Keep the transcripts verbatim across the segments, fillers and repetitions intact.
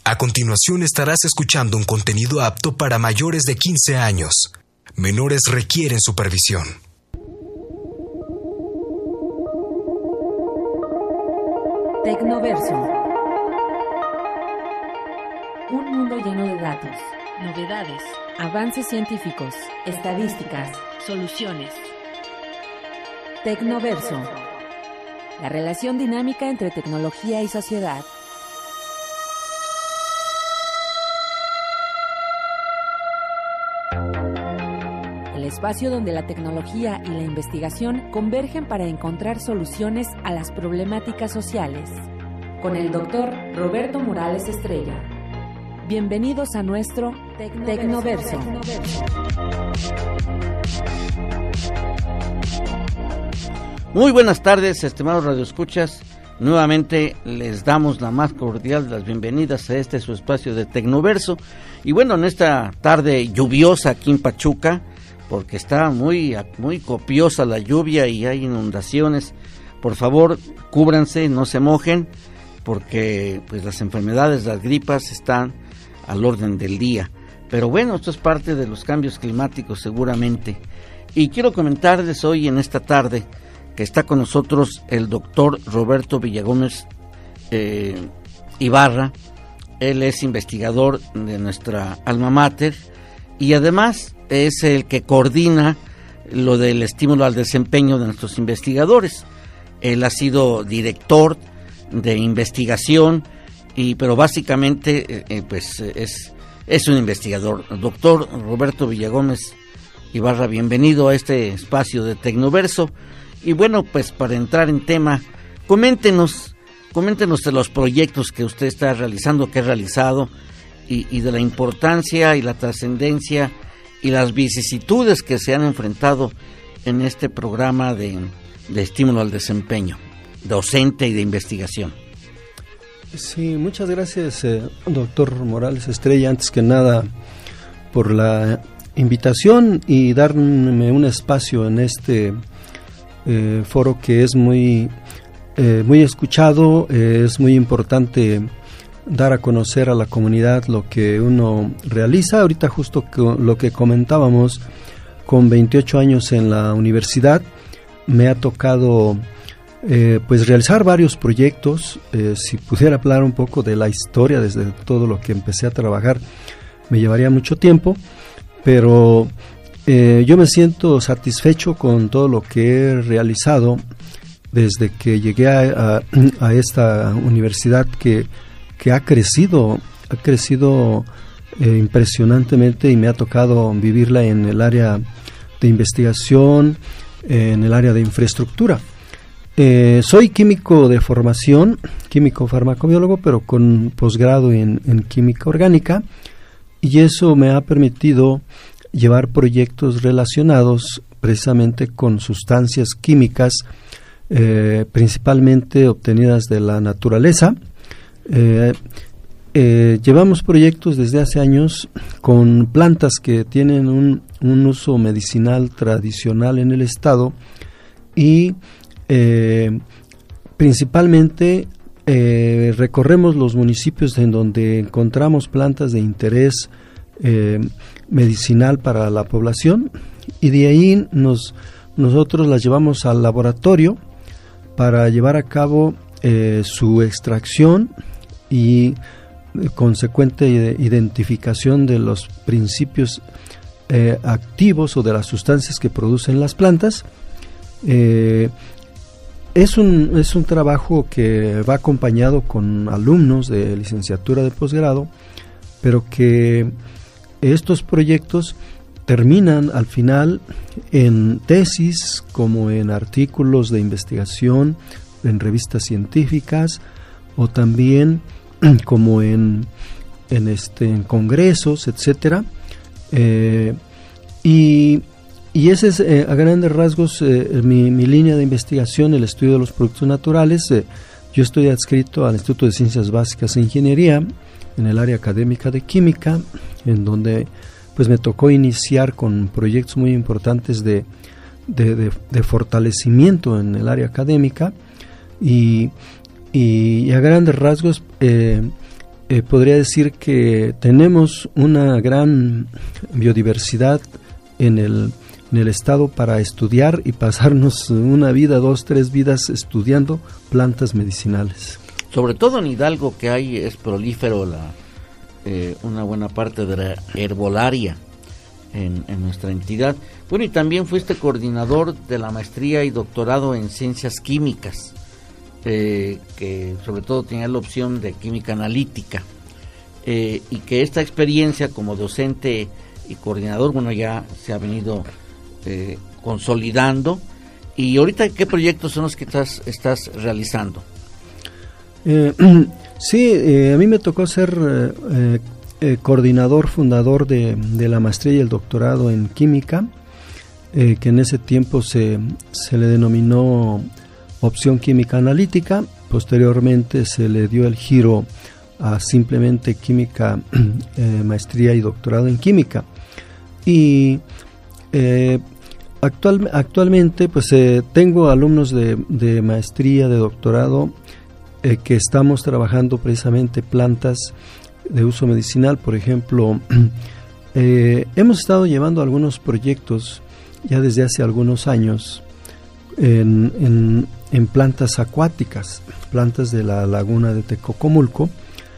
A continuación estarás escuchando un contenido apto para mayores de quince años. Menores requieren supervisión. Tecnoverso. Un mundo lleno de datos, novedades, avances científicos, estadísticas, soluciones. Tecnoverso. La relación dinámica entre tecnología y sociedad. El espacio donde la tecnología y la investigación convergen para encontrar soluciones a las problemáticas sociales. Con el doctor Roberto Morales Estrella. Bienvenidos a nuestro Tecnoverso. Tecnoverso. Muy buenas tardes, estimados radioescuchas. Nuevamente les damos la más cordial de las bienvenidas a este su espacio de Tecnoverso. Y bueno, en esta tarde lluviosa aquí en Pachuca, porque está muy, muy copiosa la lluvia y hay inundaciones, por favor, cúbranse, no se mojen, porque pues las enfermedades, las gripas están al orden del día. Pero bueno, esto es parte de los cambios climáticos seguramente. Y quiero comentarles hoy en esta tarde que está con nosotros el doctor Roberto Villagómez eh, Ibarra. Él es investigador de nuestra alma mater y además es el que coordina lo del estímulo al desempeño de nuestros investigadores. Él ha sido director de investigación, y pero básicamente eh, pues es, es un investigador. Doctor Roberto Villagómez Ibarra, bienvenido a este espacio de Tecnoverso. Y bueno, pues para entrar en tema, coméntenos, coméntenos de los proyectos que usted está realizando, que ha realizado, y, y de la importancia y la trascendencia y las vicisitudes que se han enfrentado en este programa de, de estímulo al desempeño docente y de investigación. Sí, muchas gracias, eh, doctor Morales Estrella, antes que nada por la invitación y darme un espacio en este eh, foro que es muy, eh, muy escuchado. Eh, es muy importante dar a conocer a la comunidad lo que uno realiza. Ahorita justo lo que comentábamos, con veintiocho años en la universidad, me ha tocado eh, pues realizar varios proyectos. Eh, si pudiera hablar un poco de la historia desde todo lo que empecé a trabajar, me llevaría mucho tiempo, pero eh, yo me siento satisfecho con todo lo que he realizado desde que llegué a, a, a esta universidad que que ha crecido, ha crecido eh, impresionantemente, y me ha tocado vivirla en el área de investigación, eh, en el área de infraestructura. Eh, soy químico de formación, químico farmacobiólogo, pero con posgrado en, en química orgánica, y eso me ha permitido llevar proyectos relacionados precisamente con sustancias químicas, eh, principalmente obtenidas de la naturaleza. Eh, eh, llevamos proyectos desde hace años con plantas que tienen un, un uso medicinal tradicional en el estado, y eh, principalmente eh, recorremos los municipios en donde encontramos plantas de interés eh, medicinal para la población, y de ahí nos, nosotros las llevamos al laboratorio para llevar a cabo eh, su extracción y consecuente identificación de los principios eh, activos o de las sustancias que producen las plantas. Eh, es un, es un trabajo que va acompañado con alumnos de licenciatura, de posgrado, pero que estos proyectos terminan al final en tesis, como en artículos de investigación, en revistas científicas, o también como en, en, este, en congresos, etcétera. Eh, y, y ese es eh, a grandes rasgos eh, mi, mi línea de investigación, el estudio de los productos naturales. Eh, yo estoy adscrito al Instituto de Ciencias Básicas e Ingeniería, en el área académica de química, en donde pues me tocó iniciar con proyectos muy importantes de, de, de, de fortalecimiento en el área académica, y Y, y a grandes rasgos eh, eh, podría decir que tenemos una gran biodiversidad en el, en el estado para estudiar y pasarnos una vida, dos, tres vidas estudiando plantas medicinales. Sobre todo en Hidalgo, que hay, es prolífero la, eh, una buena parte de la herbolaria en, en nuestra entidad. Bueno, y también fuiste coordinador de la maestría y doctorado en ciencias químicas. Eh, que sobre todo tenía la opción de química analítica, eh, y que esta experiencia como docente y coordinador, bueno, ya se ha venido eh, consolidando. Y ahorita, ¿qué proyectos son los que estás, estás realizando? Eh, sí, eh, a mí me tocó ser eh, eh, coordinador, fundador de, de la maestría y el doctorado en química, eh, que en ese tiempo se, se le denominó opción química analítica. Posteriormente se le dio el giro a simplemente química, eh, maestría y doctorado en química. Y eh, actual, actualmente pues eh, tengo alumnos de, de maestría, de doctorado, eh, que estamos trabajando precisamente plantas de uso medicinal. Por ejemplo, eh, hemos estado llevando algunos proyectos ya desde hace algunos años en, en en plantas acuáticas, plantas de la laguna de Tecocomulco,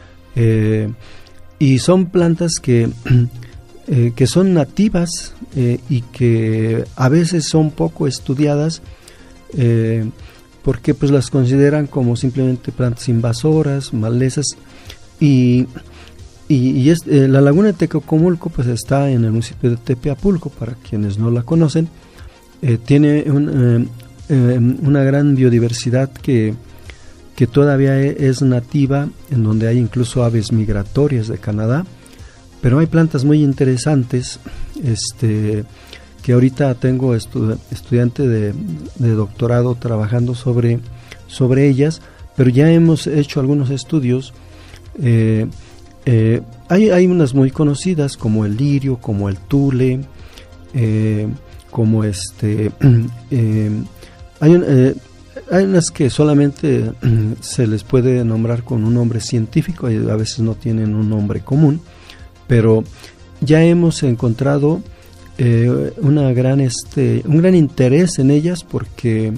eh, y son plantas que, eh, que son nativas eh, y que a veces son poco estudiadas, eh, porque pues las consideran como simplemente plantas invasoras, malezas, y, y, y es, eh, la laguna de Tecocomulco pues está en el municipio de Tepeapulco, para quienes no la conocen. Eh, tiene un... Eh, Eh, una gran biodiversidad que, que todavía es nativa, en donde hay incluso aves migratorias de Canadá, pero hay plantas muy interesantes, este, que ahorita tengo estu estudiante de, de doctorado trabajando sobre, sobre ellas, pero ya hemos hecho algunos estudios. eh, eh, hay, hay unas muy conocidas como el lirio, como el tule, eh, como este... eh, Hay, un, eh, hay unas que solamente eh, se les puede nombrar con un nombre científico y a veces no tienen un nombre común, pero ya hemos encontrado eh, una gran, este, un gran interés en ellas, porque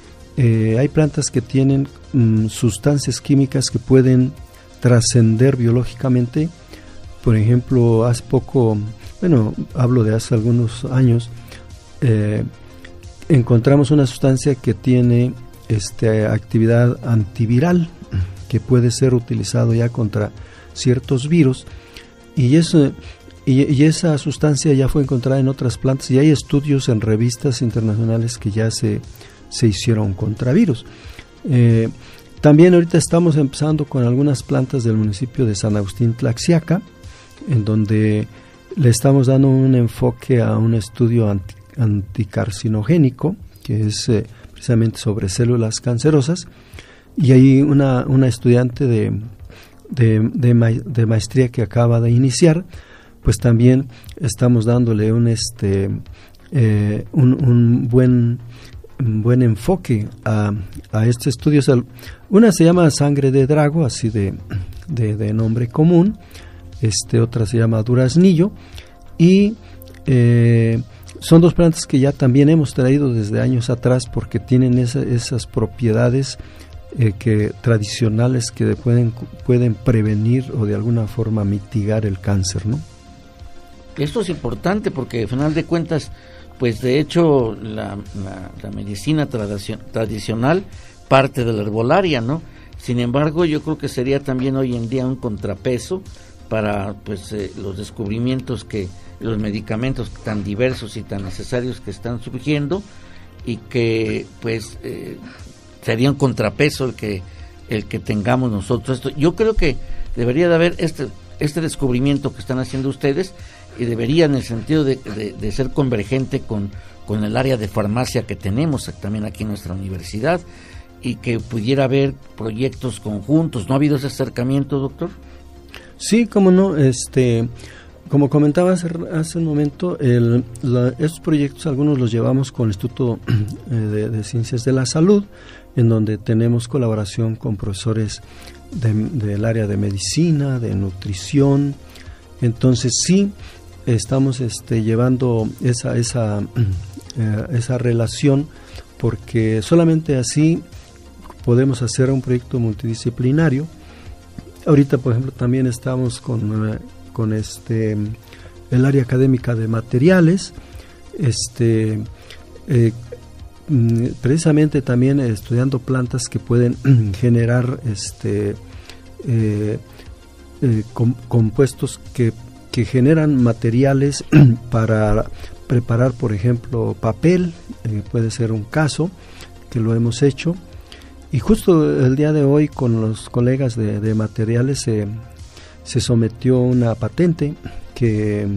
eh, hay plantas que tienen mm, sustancias químicas que pueden trascender biológicamente. Por ejemplo, hace poco, bueno, hablo de hace algunos años, eh, encontramos una sustancia que tiene este, actividad antiviral, que puede ser utilizado ya contra ciertos virus, y, eso, y, y esa sustancia ya fue encontrada en otras plantas, y hay estudios en revistas internacionales que ya se, se hicieron contra virus. Eh, también ahorita estamos empezando con algunas plantas del municipio de San Agustín Tlaxiaca, en donde le estamos dando un enfoque a un estudio anti anticarcinogénico, que es eh, precisamente sobre células cancerosas, y hay una, una estudiante de, de, de, ma de maestría que acaba de iniciar, pues también estamos dándole un, este, eh, un, un, buen, un buen enfoque a, a este estudio. Una se llama sangre de drago, así de, de, de nombre común, este, otra se llama duraznillo, y eh, son dos plantas que ya también hemos traído desde años atrás, porque tienen esa, esas propiedades eh, que, tradicionales que pueden, pueden prevenir o de alguna forma mitigar el cáncer, ¿no? Esto es importante porque, al final de cuentas, pues de hecho la, la, la medicina tradicion, tradicional parte de la herbolaria, ¿no? Sin embargo, yo creo que sería también hoy en día un contrapeso para pues eh, los descubrimientos que los medicamentos tan diversos y tan necesarios que están surgiendo, y que pues eh, sería un contrapeso el que el que tengamos nosotros esto. Yo creo que debería de haber este este descubrimiento que están haciendo ustedes, y debería, en el sentido de, de, de ser convergente con, con el área de farmacia que tenemos también aquí en nuestra universidad, y que pudiera haber proyectos conjuntos. ¿No ha habido ese acercamiento, doctor? Sí, cómo no. Este, como comentaba hace, hace un momento, el, la, estos proyectos algunos los llevamos con el Instituto de, de Ciencias de la Salud, en donde tenemos colaboración con profesores de, del área de medicina, de nutrición. Entonces sí, estamos este, llevando esa, esa, eh, esa relación, porque solamente así podemos hacer un proyecto multidisciplinario. Ahorita, por ejemplo, también estamos con, con este, el área académica de materiales, este, eh, precisamente también estudiando plantas que pueden generar este, eh, eh, com, compuestos que, que generan materiales para preparar, por ejemplo, papel, eh, puede ser un caso que lo hemos hecho. Y justo el día de hoy con los colegas de, de materiales eh, se sometió una patente que,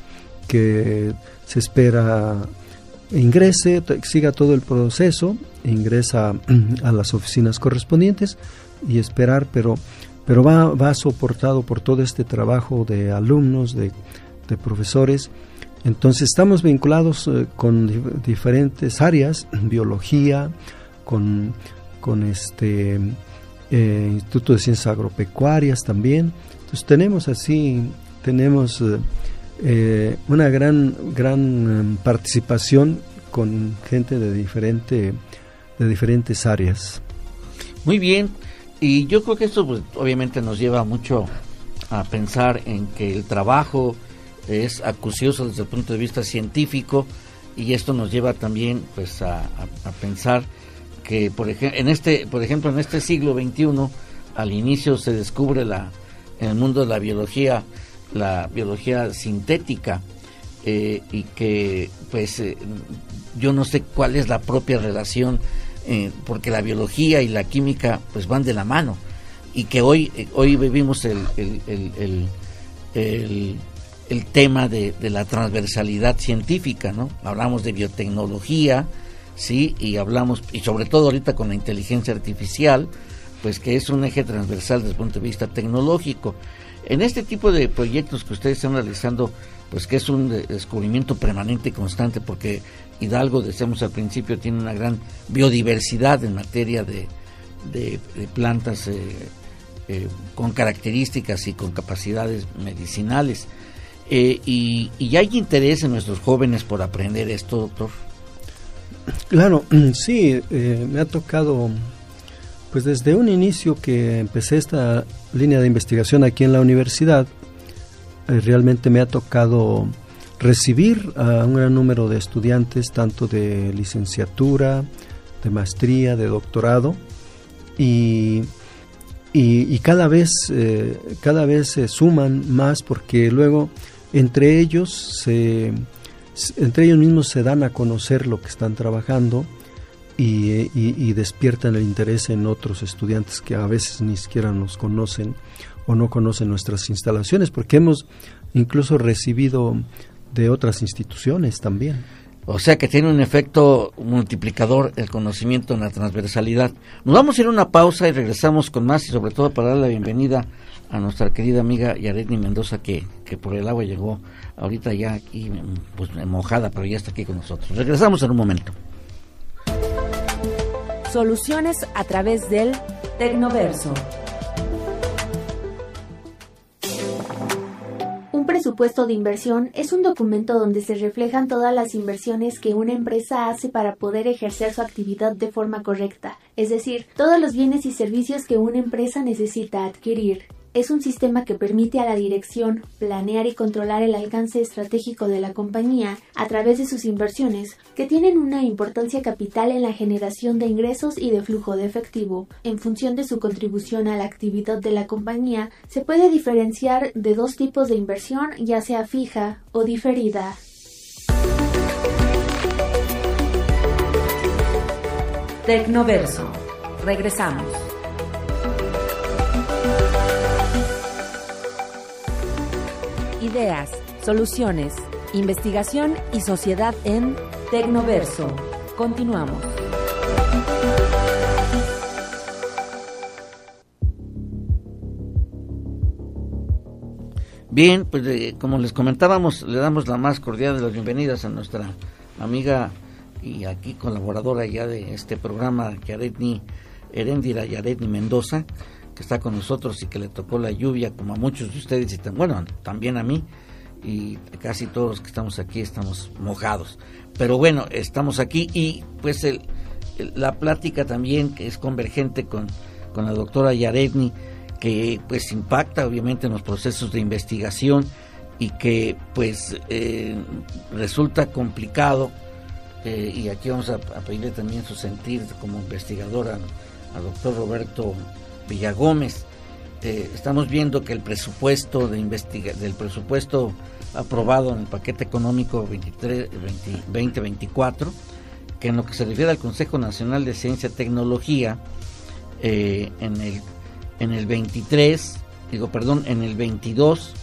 que se espera ingrese, siga todo el proceso, ingresa a las oficinas correspondientes y esperar, pero, pero va, va soportado por todo este trabajo de alumnos, de, de profesores. Entonces estamos vinculados eh, con dif- diferentes áreas, biología, con... con este eh, Instituto de Ciencias Agropecuarias también. Entonces tenemos así, tenemos eh, una gran gran participación con gente de diferente de diferentes áreas. Muy bien, y yo creo que esto pues, obviamente nos lleva mucho a pensar en que el trabajo es acucioso desde el punto de vista científico, y esto nos lleva también pues a, a, a pensar que por ejemplo en este por ejemplo en este siglo veintiuno al inicio se descubre la en el mundo de la biología la biología sintética, eh, y que pues eh, yo no sé cuál es la propia relación, eh, porque la biología y la química pues van de la mano, y que hoy eh, hoy vivimos el el, el, el, el, el tema de, de la transversalidad científica, ¿no? Hablamos de biotecnología, sí, y hablamos, y sobre todo ahorita con la inteligencia artificial, pues que es un eje transversal desde el punto de vista tecnológico. En este tipo de proyectos que ustedes están realizando, pues que es un descubrimiento permanente y constante, porque Hidalgo, decíamos al principio, tiene una gran biodiversidad en materia de, de, de plantas eh, eh, con características y con capacidades medicinales, eh, y, y hay interés en nuestros jóvenes por aprender esto, doctor. Claro, sí, eh, me ha tocado, pues desde un inicio que empecé esta línea de investigación aquí en la universidad, eh, realmente me ha tocado recibir a un gran número de estudiantes, tanto de licenciatura, de maestría, de doctorado, y, y, y cada vez, eh, cada vez se suman más, porque luego entre ellos se... entre ellos mismos se dan a conocer lo que están trabajando y, y, y despiertan el interés en otros estudiantes que a veces ni siquiera nos conocen o no conocen nuestras instalaciones, porque hemos incluso recibido de otras instituciones también. O sea que tiene un efecto multiplicador el conocimiento en la transversalidad. Nos vamos a ir a una pausa y regresamos con más, y sobre todo para dar la bienvenida a nuestra querida amiga Yaretni Mendoza, que, que por el agua llegó ahorita ya aquí pues mojada, pero ya está aquí con nosotros. Regresamos en un momento. Soluciones a través del Tecnoverso. Un presupuesto de inversión es un documento donde se reflejan todas las inversiones que una empresa hace para poder ejercer su actividad de forma correcta, es decir, todos los bienes y servicios que una empresa necesita adquirir. Es un sistema que permite a la dirección planear y controlar el alcance estratégico de la compañía a través de sus inversiones, que tienen una importancia capital en la generación de ingresos y de flujo de efectivo. En función de su contribución a la actividad de la compañía, se puede diferenciar de dos tipos de inversión, ya sea fija o diferida. Tecnoverso. Regresamos. Ideas, soluciones, investigación y sociedad en Tecnoverso. Continuamos. Bien, pues eh, como les comentábamos, le damos la más cordial de las bienvenidas a nuestra amiga y aquí colaboradora ya de este programa, Yaretni Heréndira Yaretni Mendoza, que está con nosotros y que le tocó la lluvia, como a muchos de ustedes, y tam- bueno, también a mí, y casi todos los que estamos aquí estamos mojados. Pero bueno, estamos aquí y pues el, el, la plática también que es convergente con, con la doctora Yaredni, que pues impacta obviamente en los procesos de investigación y que pues eh, resulta complicado, eh, y aquí vamos a, a pedirle también su sentir como investigadora al doctor Roberto Villagómez. Eh, estamos viendo que el presupuesto de investiga del presupuesto aprobado en el paquete económico veintitrés, veinte, veinte veinticuatro, que en lo que se refiere al Consejo Nacional de Ciencia y Tecnología, eh, en el en el veintitrés, digo perdón, en el veintidós,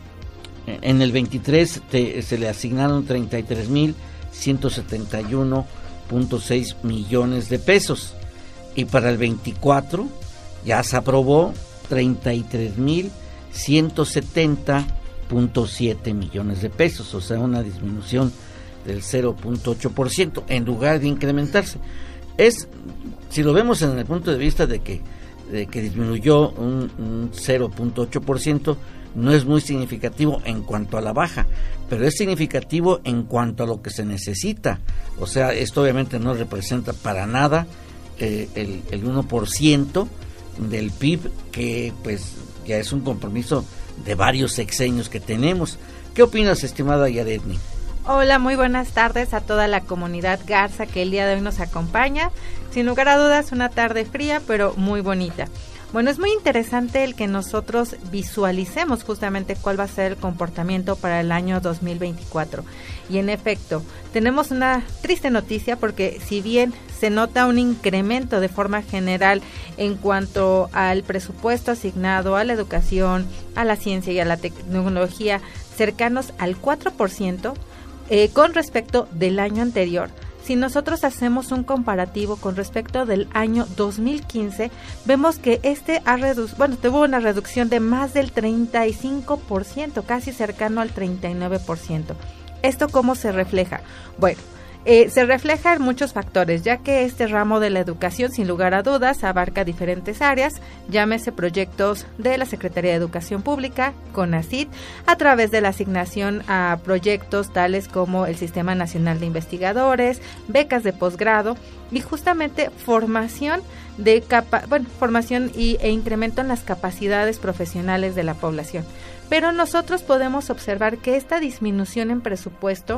en el veintitrés te, se le asignaron treinta y tres mil ciento setenta y uno punto seis millones de pesos, y para el veinticuatro ya se aprobó treinta y tres mil ciento setenta punto siete millones de pesos, o sea, una disminución del cero punto ocho por ciento en lugar de incrementarse. Es, si lo vemos en el punto de vista de que, de que disminuyó un, un cero punto ocho por ciento, no es muy significativo en cuanto a la baja, pero es significativo en cuanto a lo que se necesita. O sea, esto obviamente no representa para nada eh, el, el uno por ciento del P I B, que pues ya es un compromiso de varios sexenios que tenemos. ¿Qué opinas, estimada Yaredni? Hola, muy buenas tardes a toda la comunidad Garza que el día de hoy nos acompaña. Sin lugar a dudas, una tarde fría, pero muy bonita. Bueno, es muy interesante el que nosotros visualicemos justamente cuál va a ser el comportamiento para el año dos mil veinticuatro. Y en efecto, tenemos una triste noticia porque si bien se nota un incremento de forma general en cuanto al presupuesto asignado a la educación, a la ciencia y a la tecnología cercanos al cuatro por ciento eh, con respecto del año anterior, si nosotros hacemos un comparativo con respecto del año dos mil quince, vemos que este ha reducido, bueno, tuvo una reducción de más del treinta y cinco por ciento, casi cercano al treinta y nueve por ciento. ¿Esto cómo se refleja? Bueno, eh, se refleja en muchos factores, ya que este ramo de la educación, sin lugar a dudas, abarca diferentes áreas, llámese proyectos de la Secretaría de Educación Pública, CONACYT, a través de la asignación a proyectos tales como el Sistema Nacional de Investigadores, becas de posgrado y justamente formación de capa, bueno, formación y, e incremento en las capacidades profesionales de la población. Pero nosotros podemos observar que esta disminución en presupuesto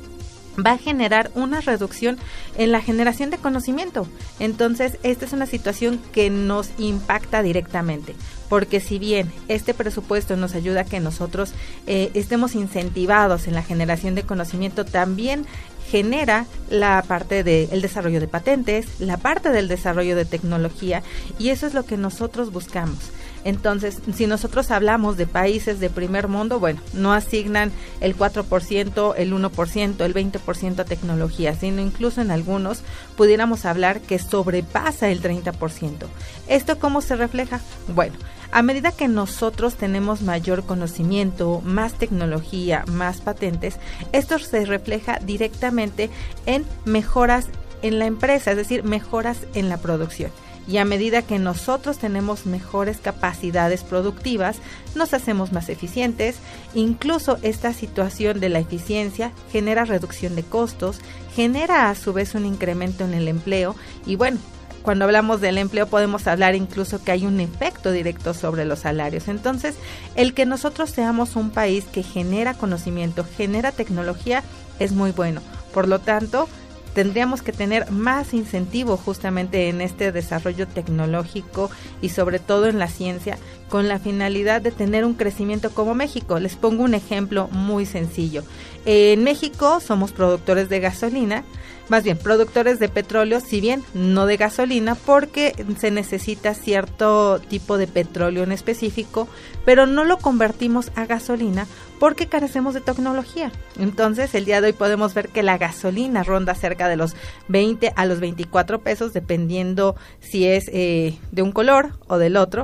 va a generar una reducción en la generación de conocimiento. Entonces, esta es una situación que nos impacta directamente, porque si bien este presupuesto nos ayuda a que nosotros eh, estemos incentivados en la generación de conocimiento, también genera la parte del desarrollo de patentes, la parte del desarrollo de tecnología, y eso es lo que nosotros buscamos. Entonces, si nosotros hablamos de países de primer mundo, bueno, no asignan el cuatro por ciento, el uno por ciento, el veinte por ciento a tecnología, sino incluso en algunos pudiéramos hablar que sobrepasa el treinta por ciento. ¿Esto cómo se refleja? Bueno, a medida que nosotros tenemos mayor conocimiento, más tecnología, más patentes, esto se refleja directamente en mejoras en la empresa, es decir, mejoras en la producción. Y a medida que nosotros tenemos mejores capacidades productivas, nos hacemos más eficientes. Incluso esta situación de la eficiencia genera reducción de costos, genera a su vez un incremento en el empleo. Y bueno, cuando hablamos del empleo podemos hablar incluso que hay un efecto directo sobre los salarios. Entonces, el que nosotros seamos un país que genera conocimiento, genera tecnología, es muy bueno. Por lo tanto, tendríamos que tener más incentivo justamente en este desarrollo tecnológico y sobre todo en la ciencia, con la finalidad de tener un crecimiento como México. Les pongo un ejemplo muy sencillo. En México somos productores de gasolina, más bien productores de petróleo, si bien no de gasolina, porque se necesita cierto tipo de petróleo en específico, pero no lo convertimos a gasolina porque carecemos de tecnología. Entonces, el día de hoy podemos ver que la gasolina ronda cerca de los veinte a los veinticuatro pesos, dependiendo si es eh, de un color o del otro,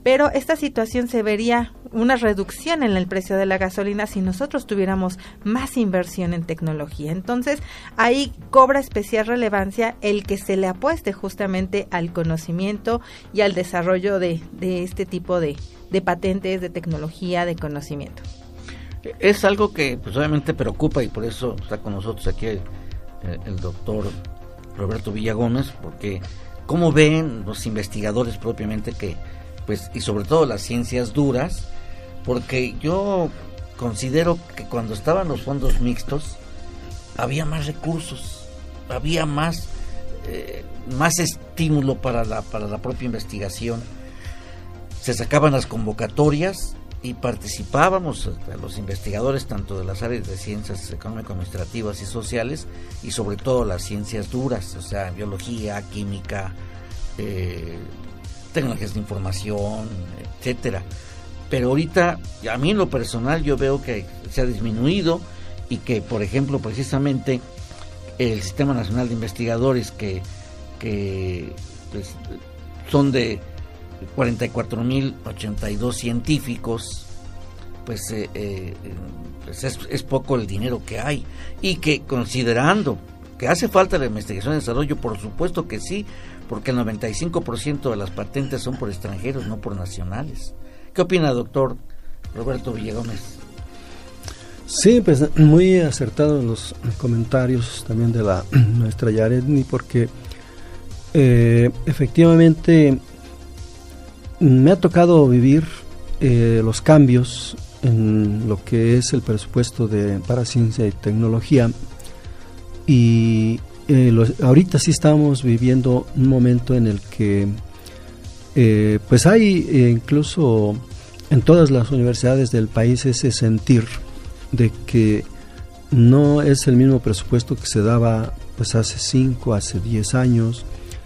pero esta situación se vería una reducción en el precio de la gasolina si nosotros tuviéramos más inversión en tecnología. Entonces, ahí cobra especial relevancia el que se le apueste justamente al conocimiento y al desarrollo de, de este tipo de, de patentes, de tecnología, de conocimiento. Es algo que pues obviamente preocupa y por eso está con nosotros aquí el, el doctor Roberto Villagómez, porque cómo ven los investigadores propiamente que, pues, y sobre todo las ciencias duras, porque yo considero que cuando estaban los fondos mixtos había más recursos, había más eh, más estímulo para la para la propia investigación, se sacaban las convocatorias y participábamos los investigadores tanto de las áreas de ciencias económico-administrativas y sociales y sobre todo las ciencias duras, o sea, biología, química, eh, tecnologías de información, etcétera. Pero ahorita, a mí en lo personal, yo veo que se ha disminuido y que, por ejemplo, precisamente el Sistema Nacional de Investigadores, que, que pues, son de cuarenta y cuatro mil ochenta y dos científicos, pues, eh, eh, pues es, es poco el dinero que hay, y que considerando que hace falta la investigación y desarrollo, por supuesto que sí, porque el noventa y cinco por ciento de las patentes son por extranjeros, no por nacionales. ¿Qué opina, doctor Roberto Villagómez? Sí, pues muy acertado en los comentarios también de la maestra Yaretni, porque eh, efectivamente me ha tocado vivir eh, los cambios en lo que es el presupuesto de para ciencia y tecnología, y eh, los, ahorita sí estamos viviendo un momento en el que eh, pues hay eh, incluso en todas las universidades del país ese sentir de que no es el mismo presupuesto que se daba pues hace cinco, hace diez años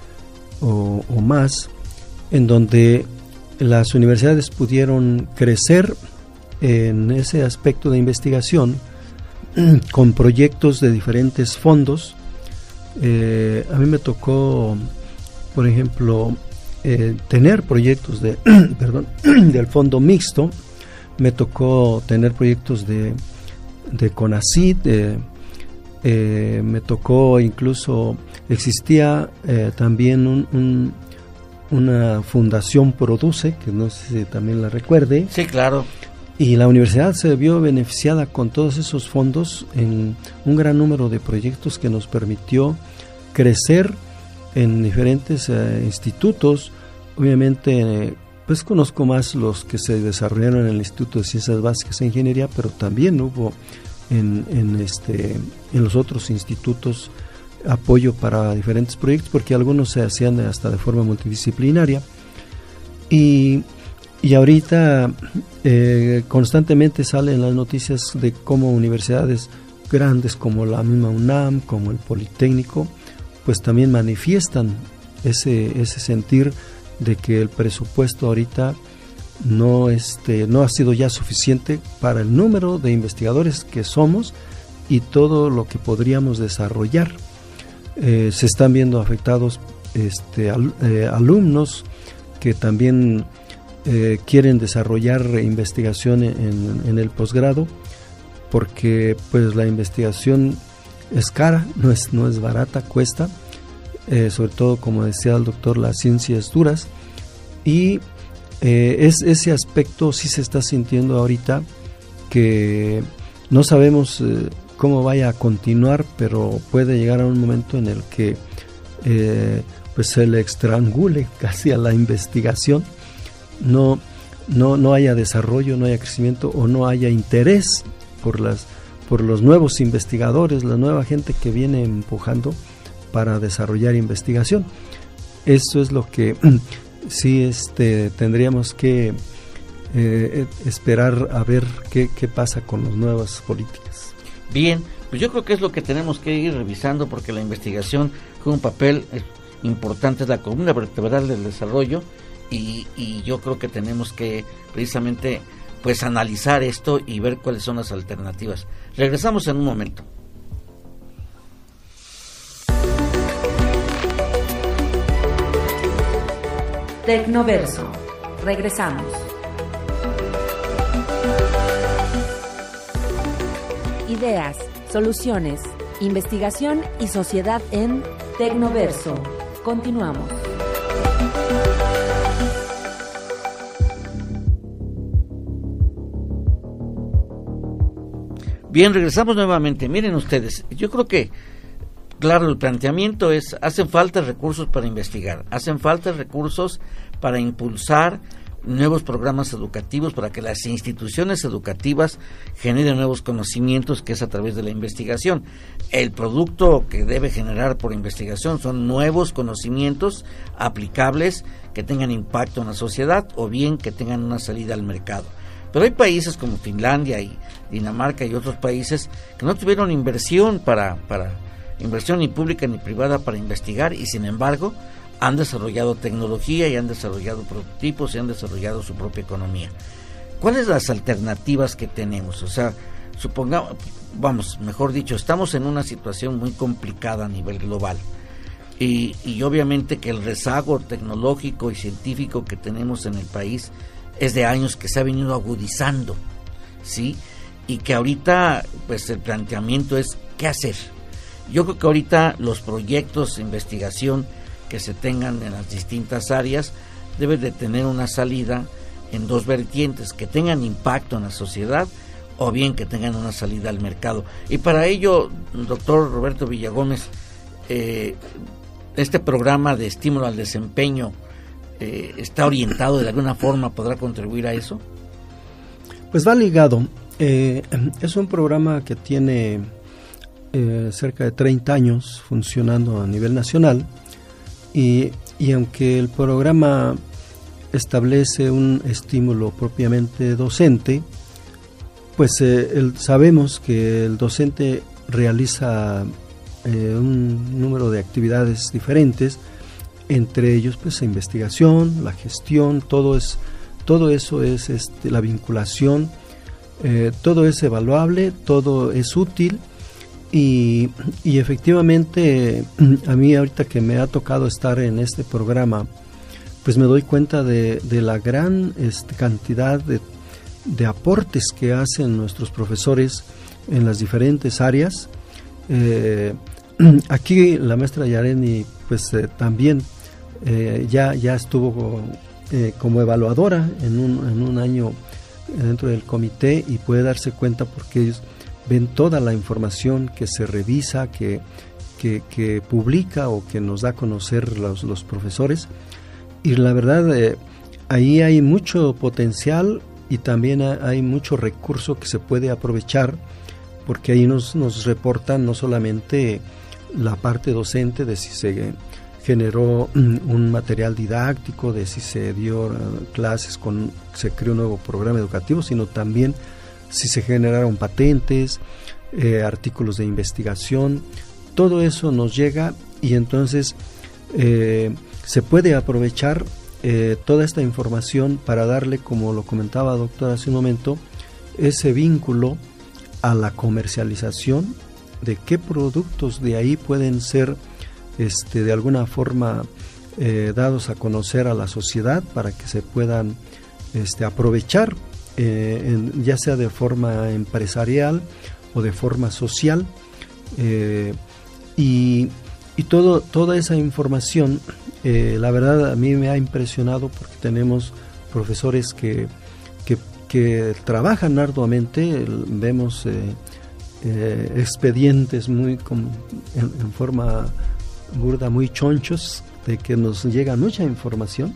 o, o más, en donde las universidades pudieron crecer en ese aspecto de investigación con proyectos de diferentes fondos. Eh, a mí me tocó, por ejemplo, eh, tener proyectos de, perdón, del fondo mixto. Me tocó tener proyectos de, de CONACYT, eh, eh, me tocó incluso, existía eh, también un, un una fundación Produce, que no sé si también la recuerde. Sí, claro. Y la universidad se vio beneficiada con todos esos fondos en un gran número de proyectos que nos permitió crecer en diferentes eh, institutos. Obviamente, eh, pues conozco más los que se desarrollaron en el Instituto de Ciencias Básicas e Ingeniería, pero también hubo en, en, este, en los otros institutos apoyo para diferentes proyectos, porque algunos se hacían hasta de forma multidisciplinaria, y, y ahorita eh, constantemente salen las noticias de cómo universidades grandes como la misma UNAM, como el Politécnico, pues también manifiestan ese, ese sentir de que el presupuesto ahorita no, este, no ha sido ya suficiente para el número de investigadores que somos y todo lo que podríamos desarrollar. Eh, se están viendo afectados este, al, eh, alumnos que también eh, quieren desarrollar investigación en, en el posgrado, porque pues la investigación es cara, no es, no es barata, cuesta, eh, sobre todo, como decía el doctor, las ciencias duras, y eh, es, ese aspecto sí se está sintiendo ahorita, que no sabemos eh, cómo vaya a continuar, pero puede llegar a un momento en el que eh, pues se le estrangule casi a la investigación, no, no, no haya desarrollo, no haya crecimiento o no haya interés por, las, por los nuevos investigadores, la nueva gente que viene empujando para desarrollar investigación. Esto es lo que sí este, tendríamos que eh, esperar a ver qué, qué pasa con las nuevas políticas. Bien, pues yo creo que es lo que tenemos que ir revisando, porque la investigación juega un papel importante, es la columna vertebral del desarrollo, y, y yo creo que tenemos que precisamente pues analizar esto y ver cuáles son las alternativas. Regresamos en un momento. Tecnoverso. Regresamos. Ideas, soluciones, investigación y sociedad en Tecnoverso. Continuamos. Bien, regresamos nuevamente. Miren ustedes, yo creo que, claro, el planteamiento es, hacen falta recursos para investigar, hacen falta recursos para impulsar nuevos programas educativos, para que las instituciones educativas generen nuevos conocimientos, que es a través de la investigación. El producto que debe generar por investigación son nuevos conocimientos aplicables que tengan impacto en la sociedad o bien que tengan una salida al mercado. Pero hay países como Finlandia y Dinamarca y otros países que no tuvieron inversión para, para inversión ni pública ni privada para investigar, y sin embargo han desarrollado tecnología y han desarrollado prototipos y han desarrollado su propia economía. ¿Cuáles son las alternativas que tenemos? O sea, supongamos, vamos, mejor dicho, estamos en una situación muy complicada a nivel global. Y, y obviamente que el rezago tecnológico y científico que tenemos en el país es de años, que se ha venido agudizando, ¿sí? Y que ahorita, pues el planteamiento es, ¿qué hacer? Yo creo que ahorita los proyectos de investigación que se tengan en las distintas áreas deben de tener una salida en dos vertientes, que tengan impacto en la sociedad o bien que tengan una salida al mercado. Y para ello, doctor Roberto Villagómez, eh, este programa de estímulo al desempeño eh, está orientado de alguna forma, ¿podrá contribuir a eso? Pues va ligado. Eh, es un programa que tiene eh, cerca de treinta años funcionando a nivel nacional, y, y aunque el programa establece un estímulo propiamente docente, pues eh, el, sabemos que el docente realiza eh, un número de actividades diferentes, entre ellos pues la investigación, la gestión, todo es todo eso es este, la vinculación, eh, todo es evaluable, todo es útil, y, y efectivamente a mí ahorita que me ha tocado estar en este programa, pues me doy cuenta de, de la gran este, cantidad de, de aportes que hacen nuestros profesores en las diferentes áreas. Eh, aquí la maestra Yareni pues eh, también eh, ya, ya estuvo eh, como evaluadora en un, en un año dentro del comité, y puede darse cuenta porque ellos ven toda la información que se revisa, que, que, que publica o que nos da a conocer los, los profesores. Y la verdad, eh, ahí hay mucho potencial y también hay mucho recurso que se puede aprovechar, porque ahí nos, nos reportan no solamente la parte docente de si se generó un material didáctico, de si se dio uh, clases, con se creó un nuevo programa educativo, sino también si se generaron patentes, eh, artículos de investigación. Todo eso nos llega, y entonces eh, se puede aprovechar eh, toda esta información para darle, como lo comentaba doctor hace un momento, ese vínculo a la comercialización de qué productos de ahí pueden ser este, de alguna forma eh, dados a conocer a la sociedad para que se puedan este, aprovechar, eh, en, ya sea de forma empresarial o de forma social, eh, y Y todo, toda esa información, eh, la verdad a mí me ha impresionado, porque tenemos profesores que, que, que trabajan arduamente. Vemos eh, eh, expedientes muy con, en, en forma burda, muy chonchos, de que nos llega mucha información,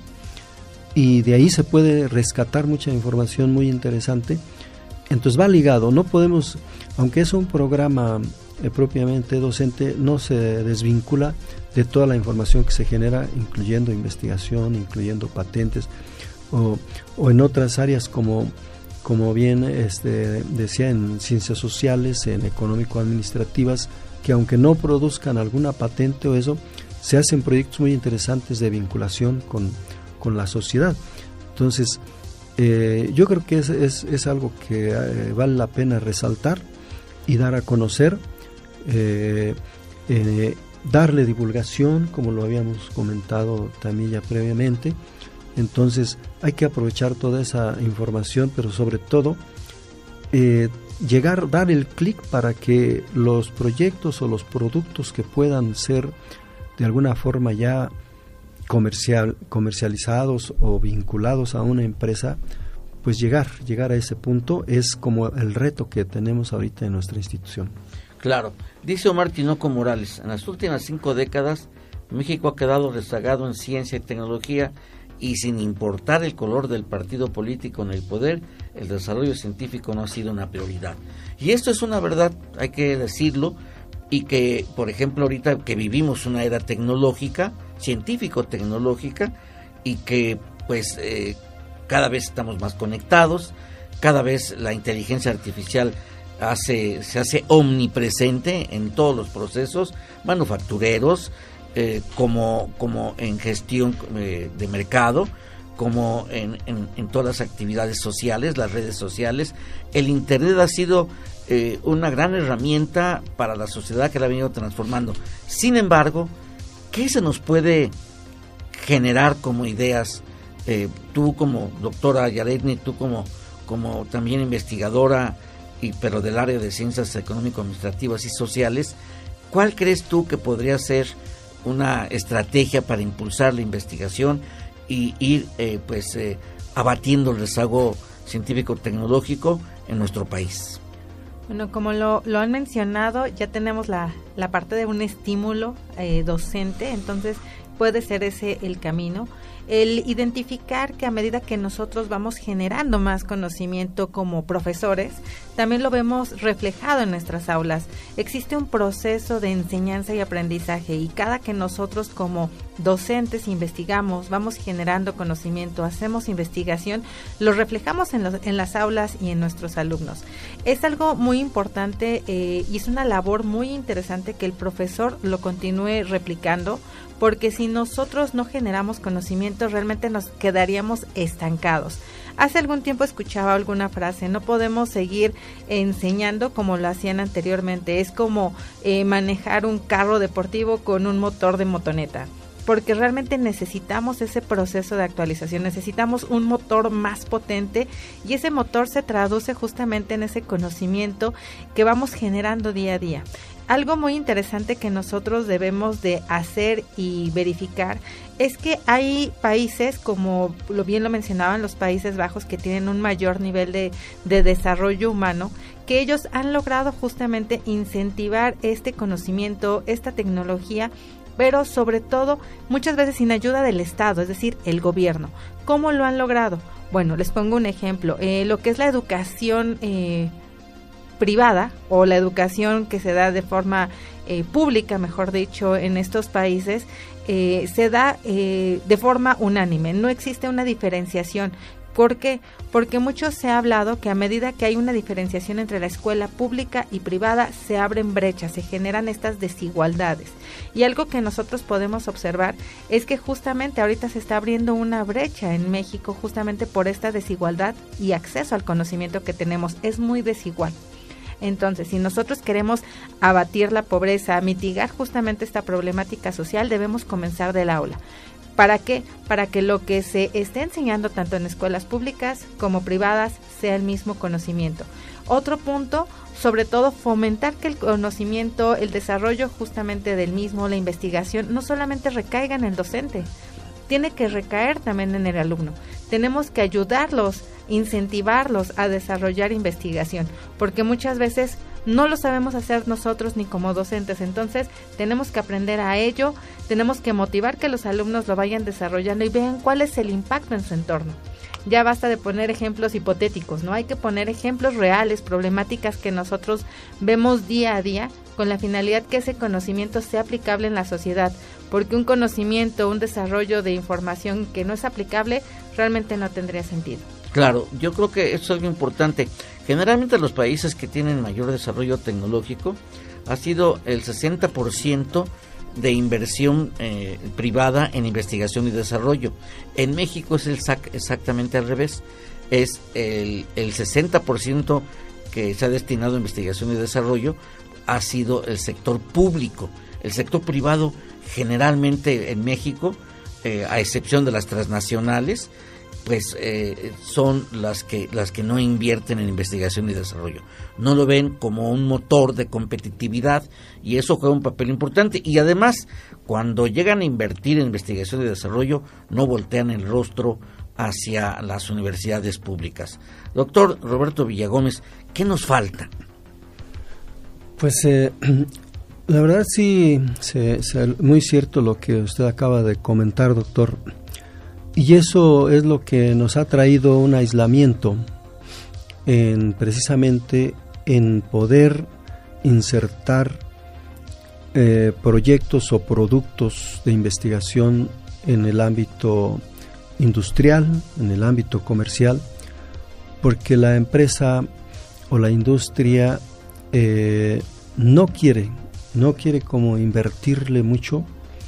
y de ahí se puede rescatar mucha información muy interesante. Entonces va ligado, no podemos, aunque es un programa Eh, propiamente docente, no se desvincula de toda la información que se genera, incluyendo investigación, incluyendo patentes, o, o en otras áreas como, como bien este, decía, en ciencias sociales, en económico-administrativas, que aunque no produzcan alguna patente o eso, se hacen proyectos muy interesantes de vinculación con, con la sociedad. Entonces, eh, yo creo que es, es, es algo que eh, vale la pena resaltar y dar a conocer. Eh, eh, darle divulgación, como lo habíamos comentado también ya previamente, Entonces hay que aprovechar toda esa información, pero sobre todo eh, llegar, dar el clic para que los proyectos o los productos que puedan ser de alguna forma ya comercial, comercializados o vinculados a una empresa, pues llegar, llegar a ese punto es como el reto que tenemos ahorita en nuestra institución. Claro, dice Omar Tinoco Morales, en las últimas cinco décadas México ha quedado rezagado en ciencia y tecnología y sin importar el color del partido político en el poder, el desarrollo científico no ha sido una prioridad. Y esto es una verdad, hay que decirlo, y que, por ejemplo, ahorita que vivimos una era tecnológica, científico-tecnológica, y que pues eh, cada vez estamos más conectados, cada vez la inteligencia artificial hace, se hace omnipresente en todos los procesos manufactureros, eh, como, como en gestión eh, de mercado, como en, en, en todas las actividades sociales, las redes sociales. El Internet ha sido eh, una gran herramienta para la sociedad que la ha venido transformando. Sin embargo, ¿qué se nos puede generar como ideas? Eh, tú como doctora Yaretni, tú como, como también investigadora, y, pero del área de ciencias económico-administrativas y sociales, ¿cuál crees tú que podría ser una estrategia para impulsar la investigación y ir eh, pues eh, abatiendo el rezago científico-tecnológico en nuestro país? Bueno, como lo, lo han mencionado, ya tenemos la, la parte de un estímulo eh, docente, entonces puede ser ese el camino. El identificar que a medida que nosotros vamos generando más conocimiento como profesores, también lo vemos reflejado en nuestras aulas. Existe un proceso de enseñanza y aprendizaje, y cada que nosotros como docentes investigamos, vamos generando conocimiento, hacemos investigación, lo reflejamos en, los, en las aulas y en nuestros alumnos. Es algo muy importante eh, y es una labor muy interesante que el profesor lo continúe replicando, porque si nosotros no generamos conocimiento, realmente nos quedaríamos estancados. Hace algún tiempo escuchaba alguna frase: no podemos seguir enseñando como lo hacían anteriormente. Es como eh, manejar un carro deportivo con un motor de motoneta, porque realmente necesitamos ese proceso de actualización, necesitamos un motor más potente, y ese motor se traduce justamente en ese conocimiento que vamos generando día a día. Algo muy interesante que nosotros debemos de hacer y verificar es que hay países, como lo bien lo mencionaban, los Países Bajos, que tienen un mayor nivel de, de desarrollo humano, que ellos han logrado justamente incentivar este conocimiento, esta tecnología, pero sobre todo muchas veces sin ayuda del Estado, es decir, el gobierno. ¿Cómo lo han logrado? Bueno, les pongo un ejemplo. Eh, lo que es la educación eh, privada, o la educación que se da de forma eh, pública, mejor dicho, en estos países, eh, se da eh, de forma unánime, no existe una diferenciación. ¿Por qué? Porque mucho se ha hablado que a medida que hay una diferenciación entre la escuela pública y privada, se abren brechas, se generan estas desigualdades. Y algo que nosotros podemos observar es que justamente ahorita se está abriendo una brecha en México justamente por esta desigualdad y acceso al conocimiento que tenemos. Es muy desigual. Entonces, si nosotros queremos abatir la pobreza, mitigar justamente esta problemática social, debemos comenzar del aula. ¿Para qué? Para que lo que se esté enseñando tanto en escuelas públicas como privadas sea el mismo conocimiento. Otro punto, sobre todo fomentar que el conocimiento, el desarrollo justamente del mismo, la investigación, no solamente recaiga en el docente, tiene que recaer también en el alumno. Tenemos que ayudarlos, incentivarlos a desarrollar investigación, porque muchas veces no lo sabemos hacer nosotros ni como docentes. Entonces tenemos que aprender a ello, tenemos que motivar que los alumnos lo vayan desarrollando y vean cuál es el impacto en su entorno. Ya basta de poner ejemplos hipotéticos, ¿no? Hay que poner ejemplos reales, problemáticas que nosotros vemos día a día, con la finalidad que ese conocimiento sea aplicable en la sociedad, porque un conocimiento, un desarrollo de información que no es aplicable, realmente no tendría sentido. Claro, yo creo que eso es algo importante. Generalmente los países que tienen mayor desarrollo tecnológico ha sido el sesenta por ciento de inversión eh, privada en investigación y desarrollo. En México es el sac exactamente al revés. Es el, el sesenta por ciento que se ha destinado a investigación y desarrollo ha sido el sector público. El sector privado generalmente en México eh, a excepción de las transnacionales, pues eh, son las que las que no invierten en investigación y desarrollo. No lo ven como un motor de competitividad y eso juega un papel importante. Y además, cuando llegan a invertir en investigación y desarrollo, no voltean el rostro hacia las universidades públicas. Doctor Roberto Villagómez, ¿qué nos falta? Pues eh, la verdad sí, se, se, muy cierto lo que usted acaba de comentar, doctor. Y eso es lo que nos ha traído un aislamiento en precisamente en poder insertar eh, proyectos o productos de investigación en el ámbito industrial, en el ámbito comercial, porque la empresa o la industria eh, no quiere, no quiere como invertirle mucho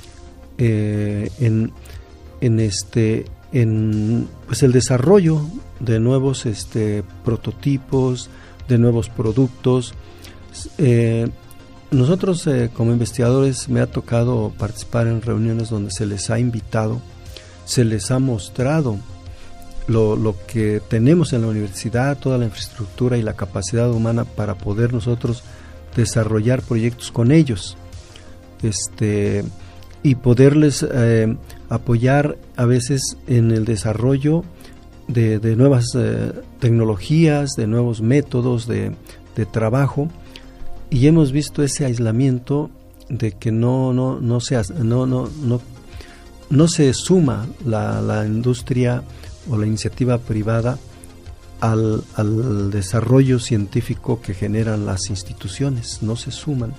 eh, en en este en pues el desarrollo de nuevos este prototipos, de nuevos productos. Eh, nosotros eh, como investigadores me ha tocado participar en reuniones donde se les ha invitado, se les ha mostrado lo, lo que tenemos en la universidad, toda la infraestructura y la capacidad humana para poder nosotros desarrollar proyectos con ellos. Este y poderles eh, apoyar a veces en el desarrollo de, de nuevas eh, tecnologías, de nuevos métodos de, de trabajo, y hemos visto ese aislamiento de que no no no se no no no no se suma la, la industria o la iniciativa privada al, al desarrollo científico que generan las instituciones, no se suman.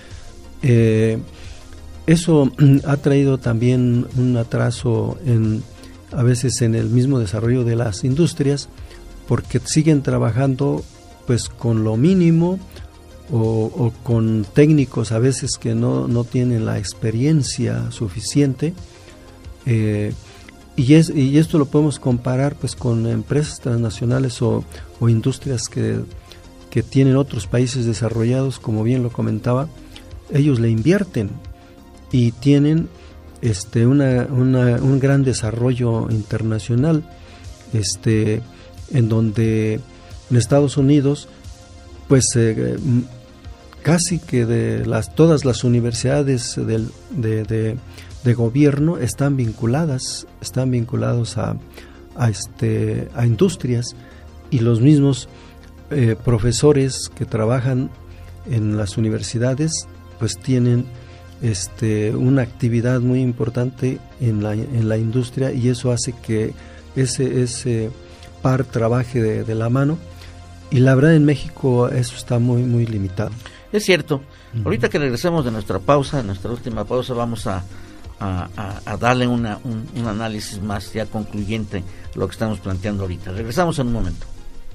Eh, Eso ha traído también un atraso en a veces en el mismo desarrollo de las industrias, porque siguen trabajando pues con lo mínimo o, o con técnicos a veces que no, no tienen la experiencia suficiente, eh, y, es, y esto lo podemos comparar pues con empresas transnacionales o, o industrias que, que tienen otros países desarrollados, como bien lo comentaba. Ellos le invierten y tienen este una, una un gran desarrollo internacional, este en donde en Estados Unidos pues eh, casi que de las todas las universidades del, de, de, de gobierno están vinculadas están vinculados a, a este a industrias, y los mismos eh, profesores que trabajan en las universidades pues tienen Este, una actividad muy importante en la, en la industria, y eso hace que ese, ese par trabaje de, de la mano, y la verdad en México eso está muy muy limitado. Es cierto. Uh-huh. Ahorita que regresemos de nuestra pausa, nuestra última pausa, vamos a, a, a, a darle una, un, un análisis más ya concluyente a lo que estamos planteando ahorita. Regresamos en un momento.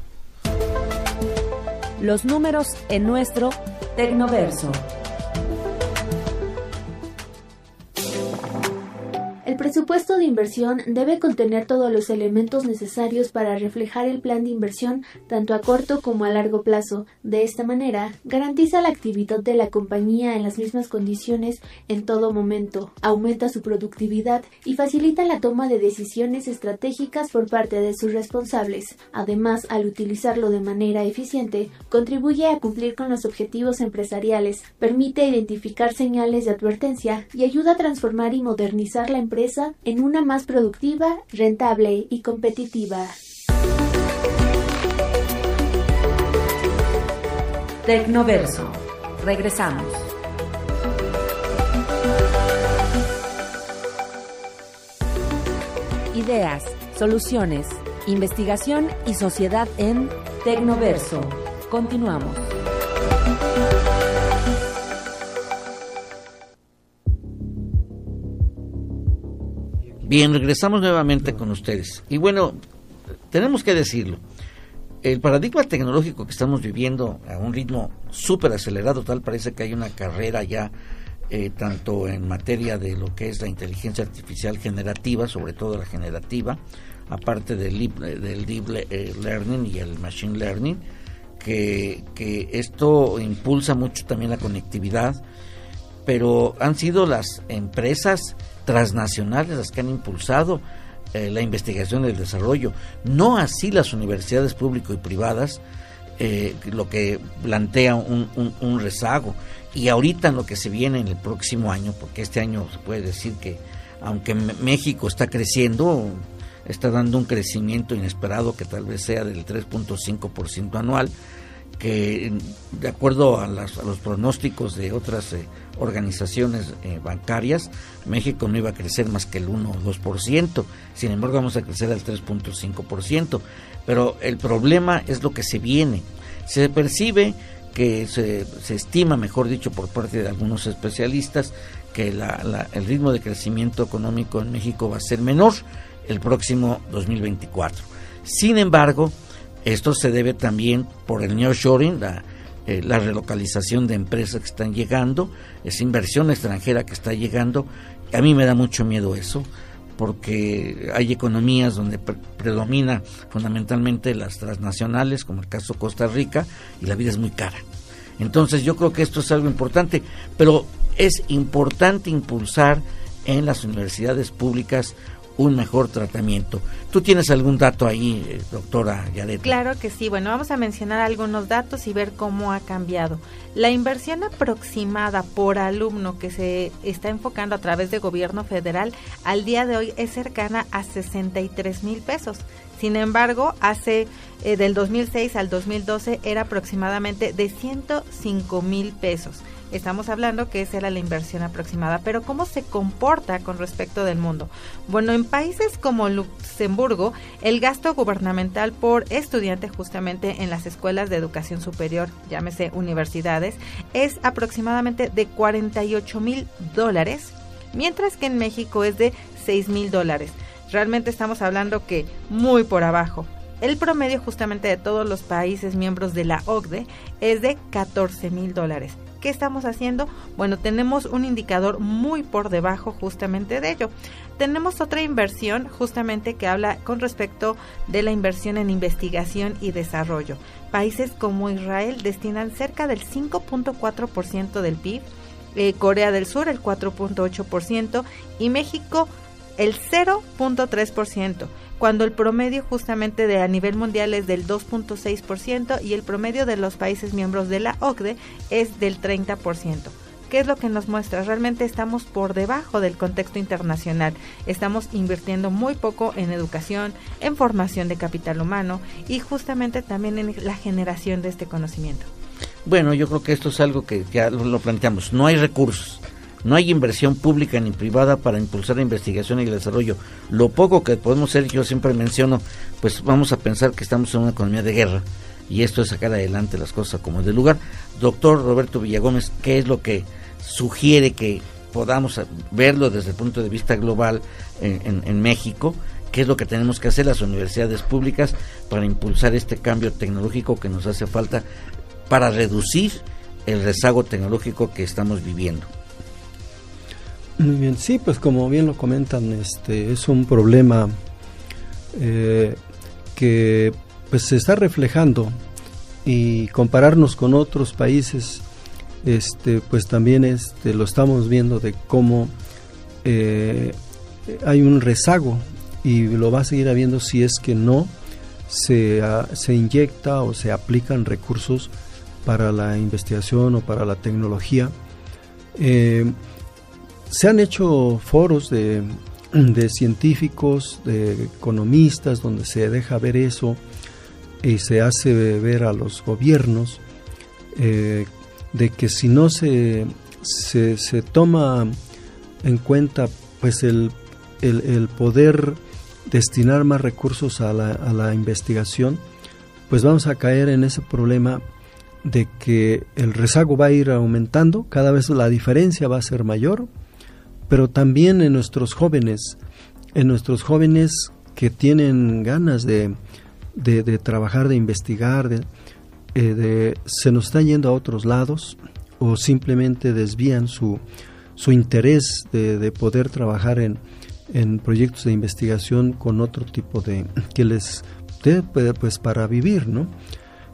Los números en nuestro Tecnoverso. El presupuesto de inversión debe contener todos los elementos necesarios para reflejar el plan de inversión tanto a corto como a largo plazo. De esta manera, garantiza la actividad de la compañía en las mismas condiciones en todo momento, aumenta su productividad y facilita la toma de decisiones estratégicas por parte de sus responsables. Además, al utilizarlo de manera eficiente, contribuye a cumplir con los objetivos empresariales, permite identificar señales de advertencia y ayuda a transformar y modernizar la empresa en una más productiva, rentable y competitiva. Tecnoverso. Regresamos. Ideas, soluciones, investigación y sociedad en Tecnoverso. Continuamos. Bien, regresamos nuevamente con ustedes. Y bueno, tenemos que decirlo. El paradigma tecnológico que estamos viviendo a un ritmo súper acelerado, tal parece que hay una carrera ya, eh, tanto en materia de lo que es la inteligencia artificial generativa, sobre todo la generativa, aparte del deep, del deep learning y el machine learning, que, que esto impulsa mucho también la conectividad. pero han sido las empresas transnacionales las que han impulsado eh, la investigación y el desarrollo, no así las universidades públicas y privadas, eh, lo que plantea un, un, un rezago. Y ahorita en lo que se viene en el próximo año, porque este año se puede decir que aunque México está creciendo, está dando un crecimiento inesperado que tal vez sea del tres punto cinco por ciento anual, que de acuerdo a, las, a los pronósticos de otras eh, organizaciones eh, bancarias, México no iba a crecer más que el uno o dos por ciento, sin embargo vamos a crecer al tres punto cinco por ciento, pero el problema es lo que se viene. Se percibe que se, se estima, mejor dicho, por parte de algunos especialistas, que la, la, el ritmo de crecimiento económico en México va a ser menor el próximo dos mil veinticuatro. Sin embargo, esto se debe también por el nearshoring, la, eh, la relocalización de empresas que están llegando, esa inversión extranjera que está llegando. A mí me da mucho miedo eso, porque hay economías donde pre- predomina fundamentalmente las transnacionales, como el caso Costa Rica, y la vida es muy cara. Entonces yo creo que esto es algo importante, pero es importante impulsar en las universidades públicas un mejor tratamiento. ¿Tú tienes algún dato ahí, doctora Yaret? Claro que sí. Bueno, vamos a mencionar algunos datos y ver cómo ha cambiado. La inversión aproximada por alumno que se está enfocando a través de gobierno federal al día de hoy es cercana a sesenta y tres mil pesos. Sin embargo, hace eh, del dos mil seis al dos mil doce era aproximadamente de ciento cinco mil pesos. Estamos hablando que esa era la inversión aproximada, pero ¿cómo se comporta con respecto del mundo? Bueno, en países como Luxemburgo, el gasto gubernamental por estudiante justamente en las escuelas de educación superior, llámese universidades, es aproximadamente de cuarenta y ocho mil dólares, mientras que en México es de seis mil dólares. Realmente estamos hablando que muy por abajo. El promedio justamente de todos los países miembros de la O C D E es de catorce mil dólares. ¿Qué estamos haciendo? Bueno, tenemos un indicador muy por debajo justamente de ello. Tenemos otra inversión justamente que habla con respecto de la inversión en investigación y desarrollo. Países como Israel destinan cerca del cinco punto cuatro por ciento del P I B, eh, Corea del Sur el cuatro punto ocho por ciento y México el cero punto tres por ciento, cuando el promedio justamente de a nivel mundial es del dos punto seis por ciento y el promedio de los países miembros de la O C D E es del treinta por ciento. ¿Qué es lo que nos muestra? Realmente estamos por debajo del contexto internacional. Estamos invirtiendo muy poco en educación, en formación de capital humano y justamente también en la generación de este conocimiento. Bueno, yo creo que esto es algo que ya lo planteamos. No hay recursos. No hay inversión pública ni privada para impulsar la investigación y el desarrollo. Lo poco que podemos hacer, yo siempre menciono, pues vamos a pensar que estamos en una economía de guerra y esto es sacar adelante las cosas como es de lugar. Doctor Roberto Villagómez, ¿qué es lo que sugiere que podamos verlo desde el punto de vista global en, en, en México? ¿Qué es lo que tenemos que hacer las universidades públicas para impulsar este cambio tecnológico que nos hace falta para reducir el rezago tecnológico que estamos viviendo? Muy bien, sí, pues como bien lo comentan, este es un problema eh, que pues se está reflejando y compararnos con otros países, este pues también este lo estamos viendo de cómo eh, hay un rezago y lo va a seguir habiendo si es que no se, uh, se inyecta o se aplican recursos para la investigación o para la tecnología. Eh, Se han hecho foros de, de científicos, de economistas, donde se deja ver eso y se hace ver a los gobiernos eh, de que si no se, se, se toma en cuenta pues el, el, el poder destinar más recursos a la, a la investigación, pues vamos a caer en ese problema de que el rezago va a ir aumentando, cada vez la diferencia va a ser mayor, pero también en nuestros jóvenes, en nuestros jóvenes que tienen ganas de, de, de trabajar, de investigar, de, eh, de, se nos están yendo a otros lados o simplemente desvían su, su interés de, de poder trabajar en, en proyectos de investigación con otro tipo de, que les dé pues para vivir, ¿no?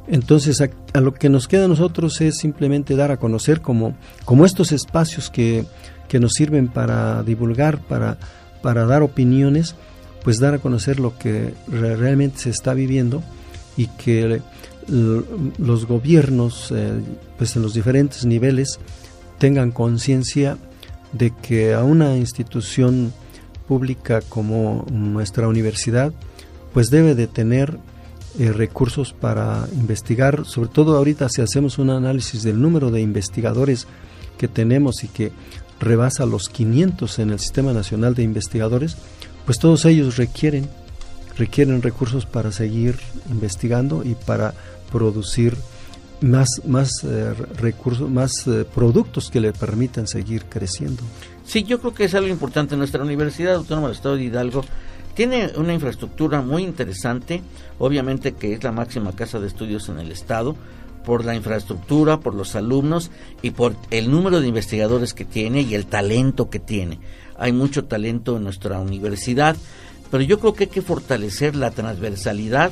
Entonces, a, a lo que nos queda a nosotros es simplemente dar a conocer como, como estos espacios que, que nos sirven para divulgar, para, para dar opiniones, pues dar a conocer lo que re, realmente se está viviendo, y que l, los gobiernos, eh, pues en los diferentes niveles, tengan conciencia de que a una institución pública como nuestra universidad, pues debe de tener eh, recursos para investigar. Sobre todo ahorita, si hacemos un análisis del número de investigadores que tenemos y que rebasa los quinientos en el Sistema Nacional de Investigadores, pues todos ellos requieren requieren recursos para seguir investigando y para producir más más eh, recursos, más eh, productos que le permitan seguir creciendo. Sí, yo creo que es algo importante. Nuestra Universidad Autónoma del Estado de Hidalgo tiene una infraestructura muy interesante, obviamente que es la máxima casa de estudios en el estado, por la infraestructura, por los alumnos y por el número de investigadores que tiene y el talento que tiene. Hay mucho talento en nuestra universidad, pero yo creo que hay que fortalecer la transversalidad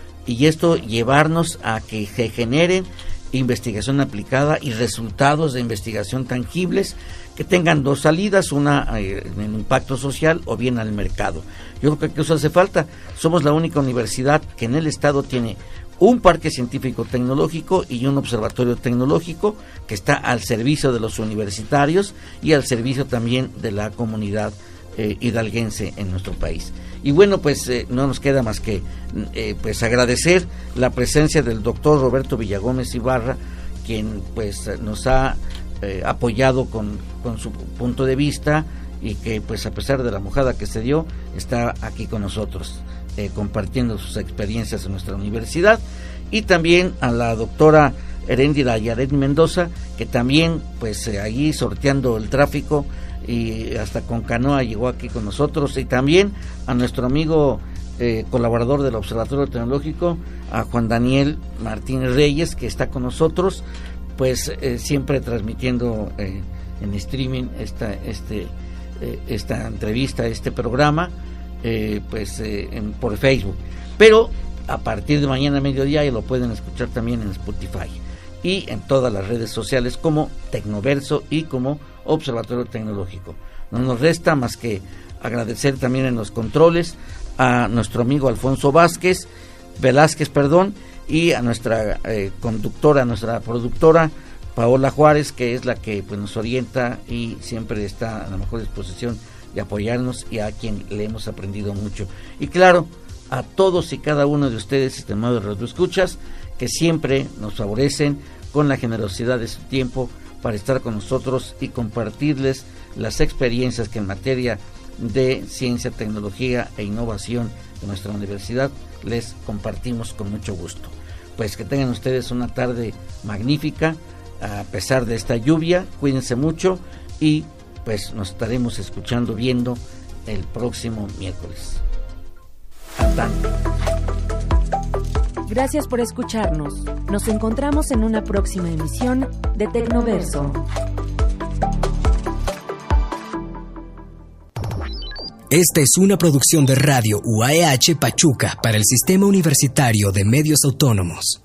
y esto llevarnos a que se generen investigación aplicada y resultados de investigación tangibles que tengan dos salidas, una eh, en impacto social o bien al mercado. Yo creo que eso hace falta. Somos la única universidad que en el estado tiene un parque científico tecnológico y un observatorio tecnológico que está al servicio de los universitarios y al servicio también de la comunidad eh, hidalguense en nuestro país. Y bueno, pues eh, no nos queda más que eh, pues agradecer la presencia del doctor Roberto Villagómez Ibarra, quien pues nos ha eh, apoyado con, con su punto de vista y que pues a pesar de la mojada que se dio, está aquí con nosotros eh, compartiendo sus experiencias en nuestra universidad. Y también a la doctora Heréndira Yaret Mendoza, que también pues eh, allí sorteando el tráfico y hasta con canoa llegó aquí con nosotros. Y también a nuestro amigo eh, colaborador del Observatorio Tecnológico, a Juan Daniel Martínez Reyes, que está con nosotros pues eh, siempre transmitiendo eh, en streaming esta este eh, esta entrevista, este programa eh, pues eh, en, por Facebook, pero a partir de mañana a mediodía ya lo pueden escuchar también en Spotify y en todas las redes sociales como Tecnoverso y como Observatorio Tecnológico. No nos resta más que agradecer también en los controles a nuestro amigo Alfonso Vázquez, Velázquez, perdón, y a nuestra eh, conductora, nuestra productora Paola Juárez, que es la que pues nos orienta y siempre está a la mejor disposición de apoyarnos y a quien le hemos aprendido mucho. Y claro, a todos y cada uno de ustedes, estimados radioescuchas, que siempre nos favorecen con la generosidad de su tiempo para estar con nosotros y compartirles las experiencias que en materia de ciencia, tecnología e innovación de nuestra universidad les compartimos con mucho gusto. Pues que tengan ustedes una tarde magnífica a pesar de esta lluvia, cuídense mucho y pues nos estaremos escuchando, viendo el próximo miércoles. Hasta. Gracias por escucharnos. Nos encontramos en una próxima emisión de Tecnoverso. Esta es una producción de Radio U A E H Pachuca para el Sistema Universitario de Medios Autónomos.